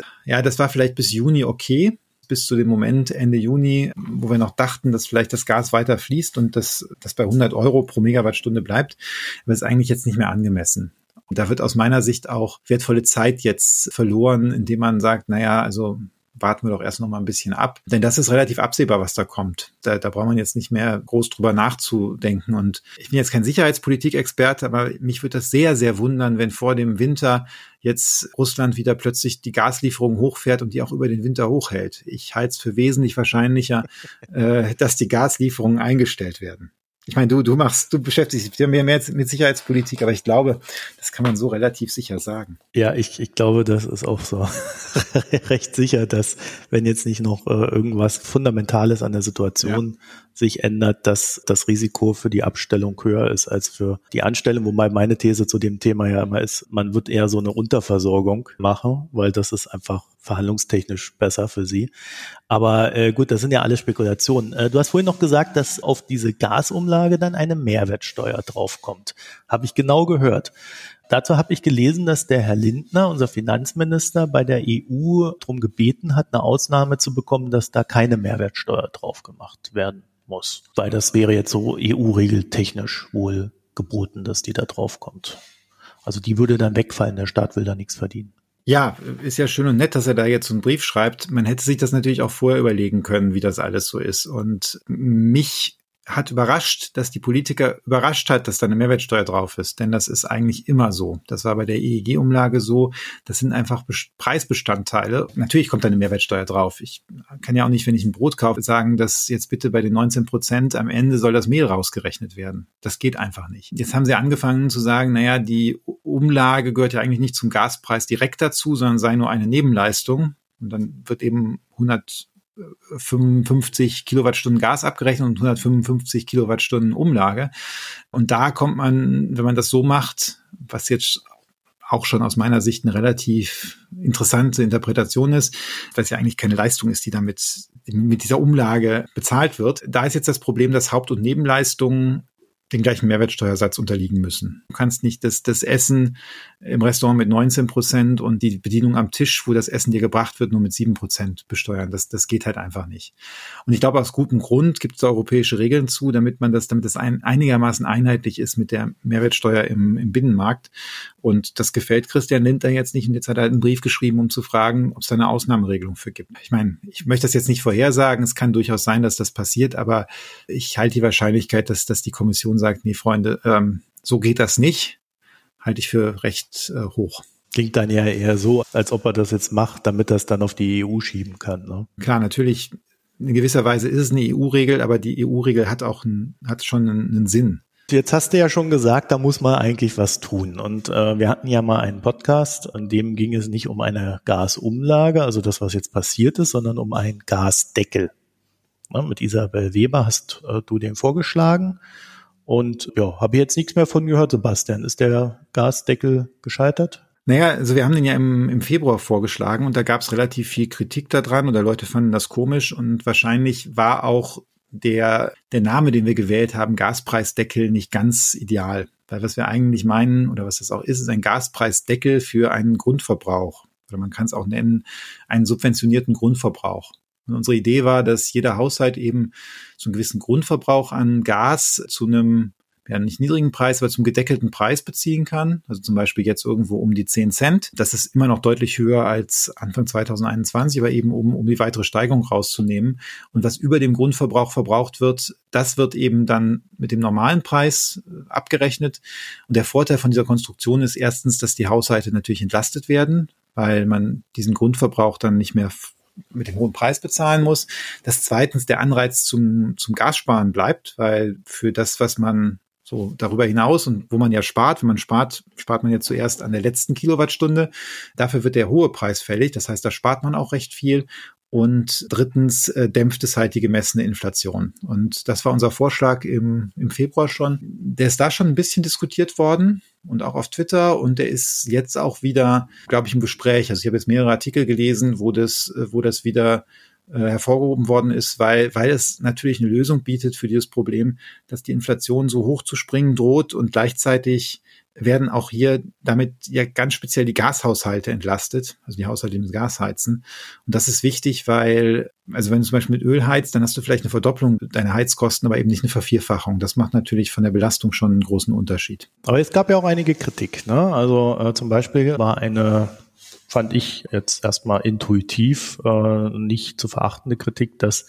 war vielleicht bis Juni okay, bis zu dem Moment Ende Juni, wo wir noch dachten, dass vielleicht das Gas weiter fließt und das bei 100 Euro pro Megawattstunde bleibt. Aber es ist eigentlich jetzt nicht mehr angemessen. Und da wird aus meiner Sicht auch wertvolle Zeit jetzt verloren, indem man sagt, naja, also warten wir doch erst noch mal ein bisschen ab. Denn das ist relativ absehbar, was da kommt. Da braucht man jetzt nicht mehr groß drüber nachzudenken. Und ich bin jetzt kein Sicherheitspolitik-Experte, aber mich würde das sehr, sehr wundern, wenn vor dem Winter jetzt Russland wieder plötzlich die Gaslieferung hochfährt und die auch über den Winter hochhält. Ich halte es für wesentlich wahrscheinlicher, dass die Gaslieferungen eingestellt werden. Ich meine, du beschäftigst dich mehr mit Sicherheitspolitik, aber ich glaube, das kann man so relativ sicher sagen. Ja, ich glaube, das ist auch so recht sicher, dass wenn jetzt nicht noch irgendwas Fundamentales an der Situation sich ändert, dass das Risiko für die Abstellung höher ist als für die Anstellung. Wobei meine These zu dem Thema ja immer ist, man wird eher so eine Unterversorgung machen, weil das ist einfach verhandlungstechnisch besser für sie. Aber gut, das sind ja alle Spekulationen. Du hast vorhin noch gesagt, dass auf diese Gasumlage dann eine Mehrwertsteuer draufkommt. Habe ich genau gehört. Dazu habe ich gelesen, dass der Herr Lindner, unser Finanzminister, bei der EU darum gebeten hat, eine Ausnahme zu bekommen, dass da keine Mehrwertsteuer drauf gemacht werden muss. Weil das wäre jetzt so EU-regeltechnisch wohl geboten, dass die da drauf kommt. Also die würde dann wegfallen, der Staat will da nichts verdienen. Ja, ist ja schön und nett, dass er da jetzt so einen Brief schreibt. Man hätte sich das natürlich auch vorher überlegen können, wie das alles so ist. Und mich hat überrascht, dass die Politiker überrascht hat, dass da eine Mehrwertsteuer drauf ist. Denn das ist eigentlich immer so. Das war bei der EEG-Umlage so. Das sind einfach Preisbestandteile. Natürlich kommt da eine Mehrwertsteuer drauf. Ich kann ja auch nicht, wenn ich ein Brot kaufe, sagen, dass jetzt bitte bei den 19% am Ende soll das Mehl rausgerechnet werden. Das geht einfach nicht. Jetzt haben sie angefangen zu sagen, naja, die Umlage gehört ja eigentlich nicht zum Gaspreis direkt dazu, sondern sei nur eine Nebenleistung. Und dann wird eben 155 Kilowattstunden Gas abgerechnet und 155 Kilowattstunden Umlage. Und da kommt man, wenn man das so macht, was jetzt auch schon aus meiner Sicht eine relativ interessante Interpretation ist, weil es ja eigentlich keine Leistung ist, die damit mit dieser Umlage bezahlt wird. Da ist jetzt das Problem, dass Haupt- und Nebenleistungen den gleichen Mehrwertsteuersatz unterliegen müssen. Du kannst nicht das Essen im Restaurant mit 19% und die Bedienung am Tisch, wo das Essen dir gebracht wird, nur mit 7% besteuern. Das geht halt einfach nicht. Und ich glaube, aus gutem Grund gibt es europäische Regeln zu, damit das einigermaßen einheitlich ist mit der Mehrwertsteuer im Binnenmarkt. Und das gefällt Christian Lindner jetzt nicht. Und jetzt hat er halt einen Brief geschrieben, um zu fragen, ob es da eine Ausnahmeregelung für gibt. Ich meine, ich möchte das jetzt nicht vorhersagen. Es kann durchaus sein, dass das passiert, aber ich halte die Wahrscheinlichkeit, dass die Kommission sagt, nee, Freunde, so geht das nicht, halte ich für recht hoch. Klingt dann ja eher so, als ob er das jetzt macht, damit er es dann auf die EU schieben kann, ne? Klar, natürlich, in gewisser Weise ist es eine EU-Regel, aber die EU-Regel hat schon einen Sinn. Jetzt hast du ja schon gesagt, da muss man eigentlich was tun. Und wir hatten ja mal einen Podcast, in dem ging es nicht um eine Gasumlage, also das, was jetzt passiert ist, sondern um einen Gasdeckel. Ja, mit Isabel Weber hast du den vorgeschlagen. Und ja, habe jetzt nichts mehr von gehört, Sebastian. Ist der Gasdeckel gescheitert? Naja, also wir haben den ja im Februar vorgeschlagen und da gab es relativ viel Kritik daran oder Leute fanden das komisch und wahrscheinlich war auch der Name, den wir gewählt haben, Gaspreisdeckel, nicht ganz ideal. Weil was wir eigentlich meinen oder was das auch ist ein Gaspreisdeckel für einen Grundverbrauch. Oder man kann es auch nennen, einen subventionierten Grundverbrauch. Und unsere Idee war, dass jeder Haushalt eben so einen gewissen Grundverbrauch an Gas zu einem nicht niedrigen Preis, aber zum gedeckelten Preis beziehen kann. Also zum Beispiel jetzt irgendwo um die 10 Cent. Das ist immer noch deutlich höher als Anfang 2021, aber eben um die weitere Steigerung rauszunehmen. Und was über dem Grundverbrauch verbraucht wird, das wird eben dann mit dem normalen Preis abgerechnet. Und der Vorteil von dieser Konstruktion ist erstens, dass die Haushalte natürlich entlastet werden, weil man diesen Grundverbrauch dann nicht mehr mit dem hohen Preis bezahlen muss. Dass zweitens der Anreiz zum Gassparen bleibt, weil für das, was man so darüber hinaus und wo man ja spart, wenn man spart man ja zuerst an der letzten Kilowattstunde. Dafür wird der hohe Preis fällig. Das heißt, da spart man auch recht viel. Und drittens dämpft es halt die gemessene Inflation. Und das war unser Vorschlag im Februar schon. Der ist da schon ein bisschen diskutiert worden und auch auf Twitter. Und der ist jetzt auch wieder, glaube ich, im Gespräch. Also ich habe jetzt mehrere Artikel gelesen, wo das wieder hervorgehoben worden ist, weil es natürlich eine Lösung bietet für dieses Problem, dass die Inflation so hoch zu springen droht und gleichzeitig werden auch hier damit ja ganz speziell die Gashaushalte entlastet, also die Haushalte, die mit Gas heizen. Und das ist wichtig, weil, also wenn du zum Beispiel mit Öl heizt, dann hast du vielleicht eine Verdopplung deiner Heizkosten, aber eben nicht eine Vervierfachung. Das macht natürlich von der Belastung schon einen großen Unterschied. Aber es gab ja auch einige Kritik, ne? Also zum Beispiel war fand ich jetzt erstmal intuitiv nicht zu verachtende Kritik, dass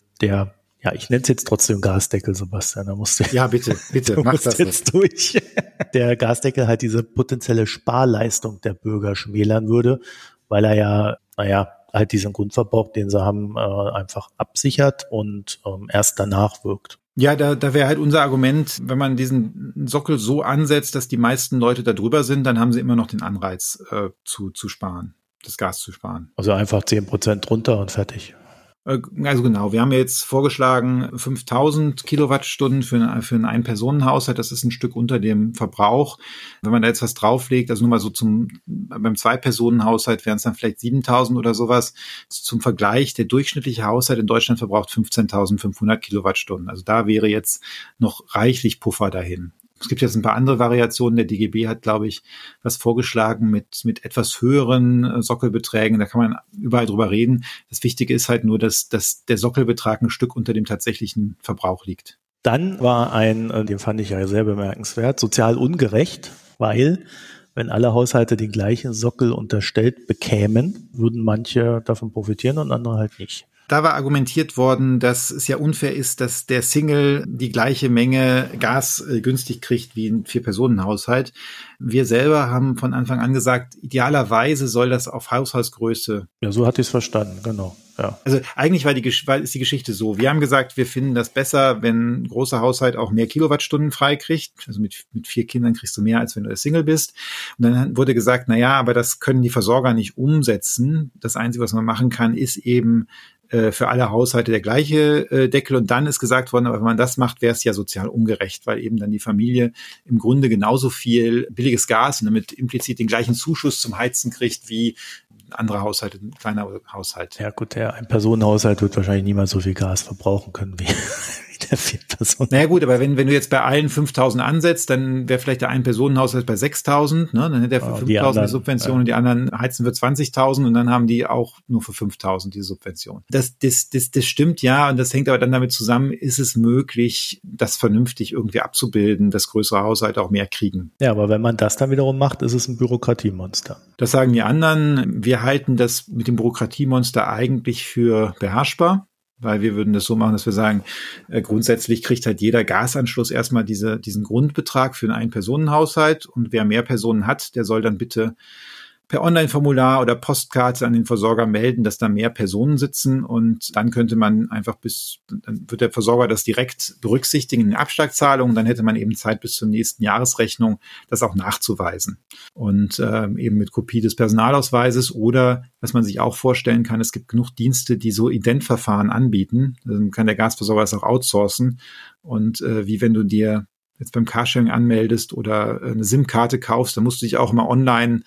ich nenne es jetzt trotzdem Gasdeckel, Sebastian, da musst du... Ja, bitte, mach das jetzt durch. Der Gasdeckel halt diese potenzielle Sparleistung der Bürger schmälern würde, weil er halt diesen Grundverbrauch, den sie haben, einfach absichert und erst danach wirkt. Ja, da wäre halt unser Argument, wenn man diesen Sockel so ansetzt, dass die meisten Leute da drüber sind, dann haben sie immer noch den Anreiz zu sparen, das Gas zu sparen. Also einfach 10% runter und fertig. Also genau, wir haben jetzt vorgeschlagen 5.000 Kilowattstunden für einen Ein-Personen-Haushalt. Das ist ein Stück unter dem Verbrauch. Wenn man da jetzt was drauflegt, also nur mal so beim Zwei-Personen-Haushalt wären es dann vielleicht 7.000 oder sowas. Zum Vergleich, der durchschnittliche Haushalt in Deutschland verbraucht 15.500 Kilowattstunden. Also da wäre jetzt noch reichlich Puffer dahin. Es gibt jetzt ein paar andere Variationen. Der DGB hat, glaube ich, was vorgeschlagen mit etwas höheren Sockelbeträgen. Da kann man überall drüber reden. Das Wichtige ist halt nur, dass der Sockelbetrag ein Stück unter dem tatsächlichen Verbrauch liegt. Dann war den fand ich ja sehr bemerkenswert, sozial ungerecht, weil wenn alle Haushalte den gleichen Sockel unterstellt bekämen, würden manche davon profitieren und andere halt nicht. Da war argumentiert worden, dass es ja unfair ist, dass der Single die gleiche Menge Gas günstig kriegt wie ein 4-Personen-Haushalt. Wir selber haben von Anfang an gesagt, idealerweise soll das auf Haushaltsgröße. Ja, so hatte ich es verstanden, genau. Ja. Also eigentlich ist die Geschichte so. Wir haben gesagt, wir finden das besser, wenn ein großer Haushalt auch mehr Kilowattstunden frei kriegt. Also mit 4 Kindern kriegst du mehr, als wenn du Single bist. Und dann wurde gesagt, aber das können die Versorger nicht umsetzen. Das Einzige, was man machen kann, ist eben für alle Haushalte der gleiche Deckel. Und dann ist gesagt worden, aber wenn man das macht, wäre es ja sozial ungerecht, weil eben dann die Familie im Grunde genauso viel billiges Gas und damit implizit den gleichen Zuschuss zum Heizen kriegt wie andere Haushalte, ein kleiner Haushalt. Ja gut, der Ein-Personen-Haushalt wird wahrscheinlich niemals so viel Gas verbrauchen können wie der 4-Personen. Naja gut, aber wenn du jetzt bei allen 5.000 ansetzt, dann wäre vielleicht der Ein-Personen-Haushalt bei 6.000, ne? Dann hätte er für 5.000 die Subvention und die anderen heizen für 20.000 und dann haben die auch nur für 5.000 die Subvention. Das stimmt ja und das hängt aber dann damit zusammen, ist es möglich, das vernünftig irgendwie abzubilden, dass größere Haushalte auch mehr kriegen. Ja, aber wenn man das dann wiederum macht, ist es ein Bürokratiemonster. Das sagen die anderen. Wir halten das mit dem Bürokratiemonster eigentlich für beherrschbar. Weil wir würden das so machen, dass wir sagen, grundsätzlich kriegt halt jeder Gasanschluss erstmal diesen Grundbetrag für einen Ein-Personen-Haushalt und wird mehr Personen hat, der soll dann bitte per Online-Formular oder Postkarte an den Versorger melden, dass da mehr Personen sitzen und dann könnte man einfach dann wird der Versorger das direkt berücksichtigen in den Abschlagszahlungen, dann hätte man eben Zeit bis zur nächsten Jahresrechnung, das auch nachzuweisen und eben mit Kopie des Personalausweises oder was man sich auch vorstellen kann, es gibt genug Dienste, die so Identverfahren anbieten, dann kann der Gasversorger das auch outsourcen und wie wenn du dir jetzt beim Carsharing anmeldest oder eine SIM-Karte kaufst, dann musst du dich auch immer online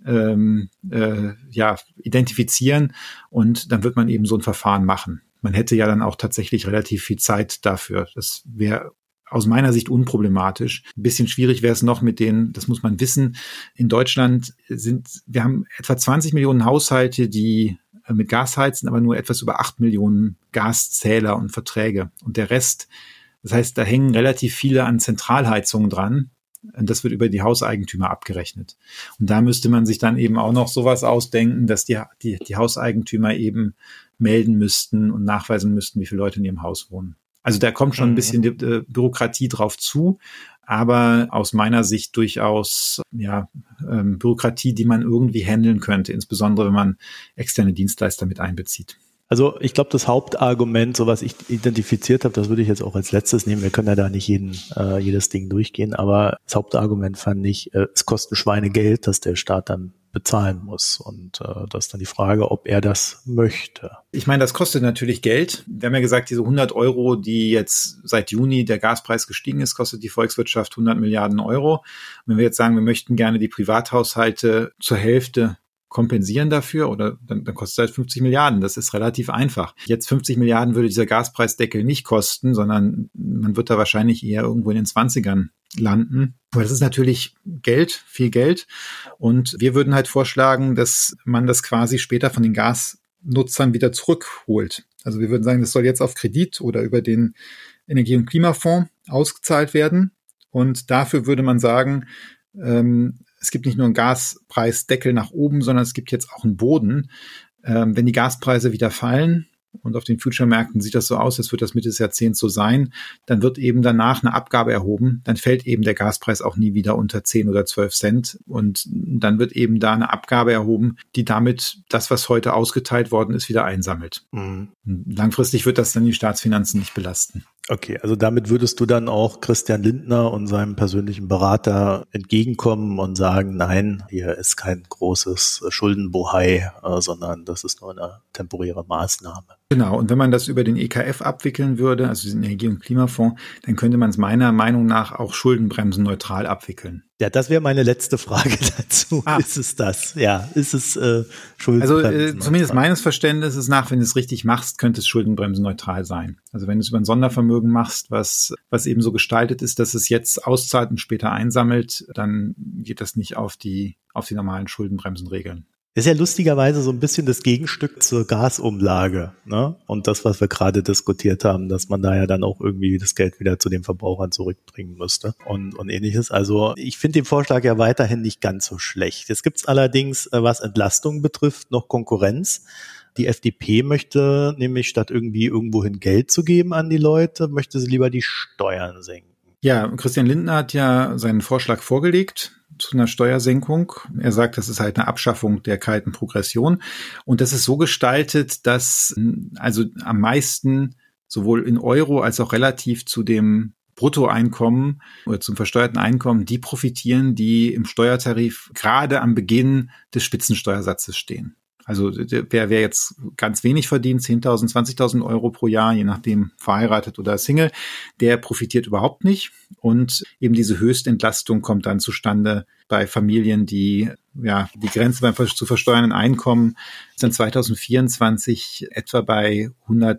identifizieren und dann wird man eben so ein Verfahren machen. Man hätte ja dann auch tatsächlich relativ viel Zeit dafür. Das wäre aus meiner Sicht unproblematisch. Ein bisschen schwierig wäre es noch mit das muss man wissen. In Deutschland wir haben etwa 20 Millionen Haushalte, die mit Gas heizen, aber nur etwas über 8 Millionen Gaszähler und Verträge. Und der Rest, das heißt, da hängen relativ viele an Zentralheizungen dran. Und das wird über die Hauseigentümer abgerechnet. Und da müsste man sich dann eben auch noch sowas ausdenken, dass die Hauseigentümer eben melden müssten und nachweisen müssten, wie viele Leute in ihrem Haus wohnen. Also da kommt schon ein bisschen die Bürokratie drauf zu, aber aus meiner Sicht durchaus Bürokratie, die man irgendwie handeln könnte, insbesondere wenn man externe Dienstleister mit einbezieht. Also ich glaube, das Hauptargument, so was ich identifiziert habe, das würde ich jetzt auch als letztes nehmen. Wir können ja da nicht jedes Ding durchgehen, aber das Hauptargument fand ich, es kostet Schweinegeld, dass der Staat dann bezahlen muss. Und das ist dann die Frage, ob er das möchte. Ich meine, das kostet natürlich Geld. Wir haben ja gesagt, diese 100 Euro, die jetzt seit Juni der Gaspreis gestiegen ist, kostet die Volkswirtschaft 100 Milliarden Euro. Und wenn wir jetzt sagen, wir möchten gerne die Privathaushalte zur Hälfte kompensieren dafür oder dann kostet es halt 50 Milliarden. Das ist relativ einfach. Jetzt 50 Milliarden würde dieser Gaspreisdeckel nicht kosten, sondern man wird da wahrscheinlich eher irgendwo in den 20ern landen. Aber das ist natürlich Geld, viel Geld. Und wir würden halt vorschlagen, dass man das quasi später von den Gasnutzern wieder zurückholt. Also wir würden sagen, das soll jetzt auf Kredit oder über den Energie- und Klimafonds ausgezahlt werden. Und dafür würde man sagen, es gibt nicht nur einen Gaspreisdeckel nach oben, sondern es gibt jetzt auch einen Boden. Wenn die Gaspreise wieder fallen, und auf den Future-Märkten sieht das so aus, als wird das Mitte des Jahrzehnts so sein, dann wird eben danach eine Abgabe erhoben, dann fällt eben der Gaspreis auch nie wieder unter 10 oder 12 Cent und dann wird eben da eine Abgabe erhoben, die damit das, was heute ausgeteilt worden ist, wieder einsammelt. Mhm. Langfristig wird das dann die Staatsfinanzen nicht belasten. Okay, also damit würdest du dann auch Christian Lindner und seinem persönlichen Berater entgegenkommen und sagen, nein, hier ist kein großes Schuldenbohai, sondern das ist nur eine temporäre Maßnahme. Genau, und wenn man das über den EKF abwickeln würde, also den Energie- und Klimafonds, dann könnte man es meiner Meinung nach auch schuldenbremsenneutral abwickeln. Ja, das wäre meine letzte Frage dazu. Ist es das? Ja, ist es schuldenbremsenneutral? Also zumindest meines Verständnisses nach, wenn du es richtig machst, könnte es schuldenbremsenneutral sein. Also wenn du es über ein Sondervermögen machst, was eben so gestaltet ist, dass es jetzt auszahlt und später einsammelt, dann geht das nicht auf die normalen Schuldenbremsenregeln. Ist ja lustigerweise so ein bisschen das Gegenstück zur Gasumlage, ne? Und das, was wir gerade diskutiert haben, dass man da ja dann auch irgendwie das Geld wieder zu den Verbrauchern zurückbringen müsste und ähnliches. Also ich finde den Vorschlag ja weiterhin nicht ganz so schlecht. Jetzt gibt's allerdings, was Entlastung betrifft, noch Konkurrenz. Die FDP möchte nämlich statt irgendwie irgendwohin Geld zu geben an die Leute, möchte sie lieber die Steuern senken. Ja, Christian Lindner hat ja seinen Vorschlag vorgelegt zu einer Steuersenkung. Er sagt, das ist halt eine Abschaffung der kalten Progression. Und das ist so gestaltet, dass also am meisten sowohl in Euro als auch relativ zu dem Bruttoeinkommen oder zum versteuerten Einkommen die profitieren, die im Steuertarif gerade am Beginn des Spitzensteuersatzes stehen. Also wer jetzt ganz wenig verdient, 10.000, 20.000 Euro pro Jahr, je nachdem verheiratet oder Single, der profitiert überhaupt nicht. Und eben diese Höchstentlastung kommt dann zustande bei Familien, die die Grenze beim zu versteuernden Einkommen ist dann 2024 etwa bei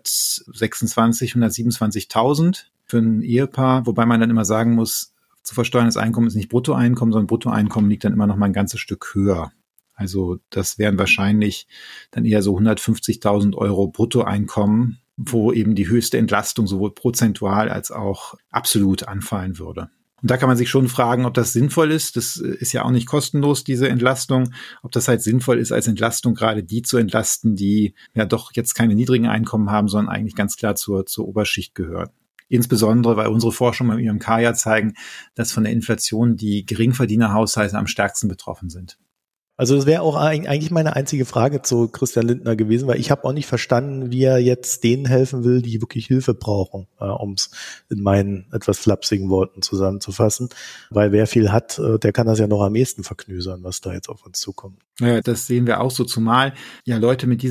126.000, 127.000 für ein Ehepaar, wobei man dann immer sagen muss, zu versteuerndes Einkommen ist nicht Bruttoeinkommen, sondern Bruttoeinkommen liegt dann immer noch mal ein ganzes Stück höher. Also das wären wahrscheinlich dann eher so 150.000 Euro Bruttoeinkommen, wo eben die höchste Entlastung sowohl prozentual als auch absolut anfallen würde. Und da kann man sich schon fragen, ob das sinnvoll ist. Das ist ja auch nicht kostenlos, diese Entlastung. Ob das halt sinnvoll ist, als Entlastung gerade die zu entlasten, die ja doch jetzt keine niedrigen Einkommen haben, sondern eigentlich ganz klar zur Oberschicht gehören. Insbesondere, weil unsere Forschungen beim IMK ja zeigen, dass von der Inflation die Geringverdienerhaushalte am stärksten betroffen sind. Also das wäre auch eigentlich meine einzige Frage zu Christian Lindner gewesen, weil ich habe auch nicht verstanden, wie er jetzt denen helfen will, die wirklich Hilfe brauchen, um es in meinen etwas flapsigen Worten zusammenzufassen. Weil wer viel hat, der kann das ja noch am ehesten verknüsern, was da jetzt auf uns zukommt. Ja, das sehen wir auch so, zumal ja Leute mit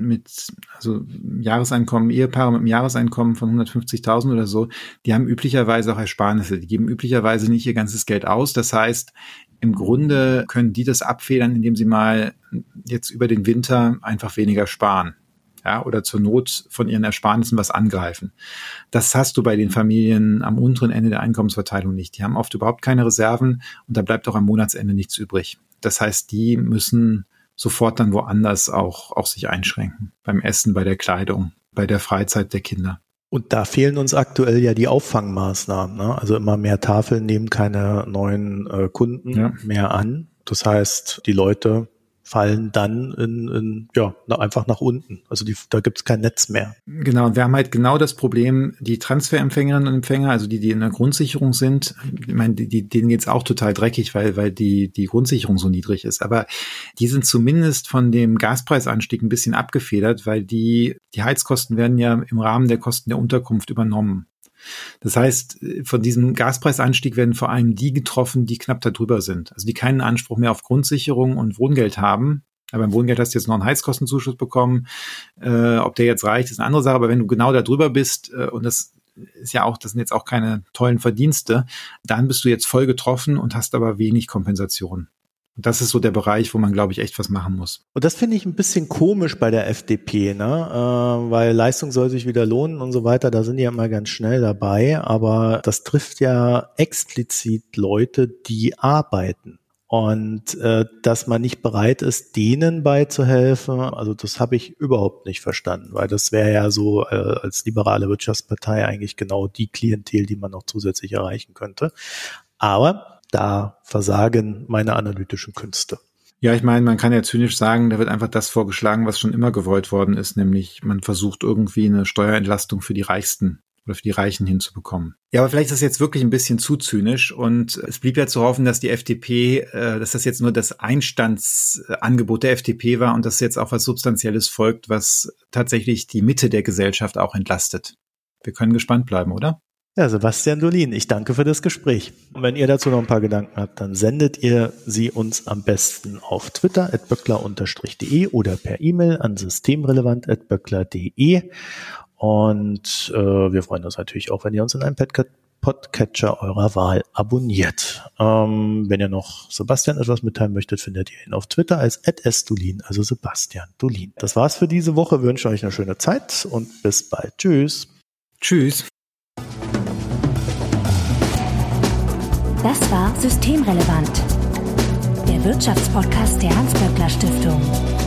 Jahreseinkommen, Ehepaare mit einem Jahreseinkommen von 150.000 oder so, die haben üblicherweise auch Ersparnisse, die geben üblicherweise nicht ihr ganzes Geld aus. Das heißt, im Grunde können die das abfedern, indem sie mal jetzt über den Winter einfach weniger sparen. Ja, oder zur Not von ihren Ersparnissen was angreifen. Das hast du bei den Familien am unteren Ende der Einkommensverteilung nicht. Die haben oft überhaupt keine Reserven und da bleibt auch am Monatsende nichts übrig. Das heißt, die müssen sofort dann woanders auch sich einschränken. Beim Essen, bei der Kleidung, bei der Freizeit der Kinder. Und da fehlen uns aktuell ja die Auffangmaßnahmen, ne? Also immer mehr Tafeln nehmen keine neuen Kunden mehr an. Das heißt, die Leute fallen dann einfach nach unten. Also da gibt es kein Netz mehr. Genau, und wir haben halt genau das Problem, die Transferempfängerinnen und Empfänger, also die in der Grundsicherung sind, ich meine, denen geht's auch total dreckig, weil die Grundsicherung so niedrig ist. Aber die sind zumindest von dem Gaspreisanstieg ein bisschen abgefedert, weil die Heizkosten werden ja im Rahmen der Kosten der Unterkunft übernommen. Das heißt, von diesem Gaspreisanstieg werden vor allem die getroffen, die knapp darüber sind. Also die keinen Anspruch mehr auf Grundsicherung und Wohngeld haben. Aber beim Wohngeld hast du jetzt noch einen Heizkostenzuschuss bekommen. Ob der jetzt reicht, ist eine andere Sache. Aber wenn du genau darüber bist, und das sind jetzt auch keine tollen Verdienste, dann bist du jetzt voll getroffen und hast aber wenig Kompensation. Und das ist so der Bereich, wo man, glaube ich, echt was machen muss. Und das finde ich ein bisschen komisch bei der FDP, ne? Weil Leistung soll sich wieder lohnen und so weiter, da sind die ja immer ganz schnell dabei, aber das trifft ja explizit Leute, die arbeiten. Und dass man nicht bereit ist, denen beizuhelfen, also das habe ich überhaupt nicht verstanden, weil das wäre ja so als liberale Wirtschaftspartei eigentlich genau die Klientel, die man noch zusätzlich erreichen könnte. Aber da versagen meine analytischen Künste. Ja, ich meine, man kann ja zynisch sagen, da wird einfach das vorgeschlagen, was schon immer gewollt worden ist, nämlich man versucht irgendwie eine Steuerentlastung für die Reichsten oder für die Reichen hinzubekommen. Ja, aber vielleicht ist das jetzt wirklich ein bisschen zu zynisch und es blieb ja zu hoffen, dass die FDP, dass das jetzt nur das Einstandsangebot der FDP war und dass jetzt auch was Substanzielles folgt, was tatsächlich die Mitte der Gesellschaft auch entlastet. Wir können gespannt bleiben, oder? Ja, Sebastian Dolin, ich danke für das Gespräch. Und wenn ihr dazu noch ein paar Gedanken habt, dann sendet ihr sie uns am besten auf Twitter @böckler_de oder per E-Mail an systemrelevant@böckler.de. Und wir freuen uns natürlich auch, wenn ihr uns in einem Podcatcher eurer Wahl abonniert. Wenn ihr noch Sebastian etwas mitteilen möchtet, findet ihr ihn auf Twitter als @sdolin, also Sebastian Dolin. Das war's für diese Woche. Wir wünschen euch eine schöne Zeit und bis bald. Tschüss. Tschüss. Das war Systemrelevant, der Wirtschaftspodcast der Hans-Böckler Stiftung.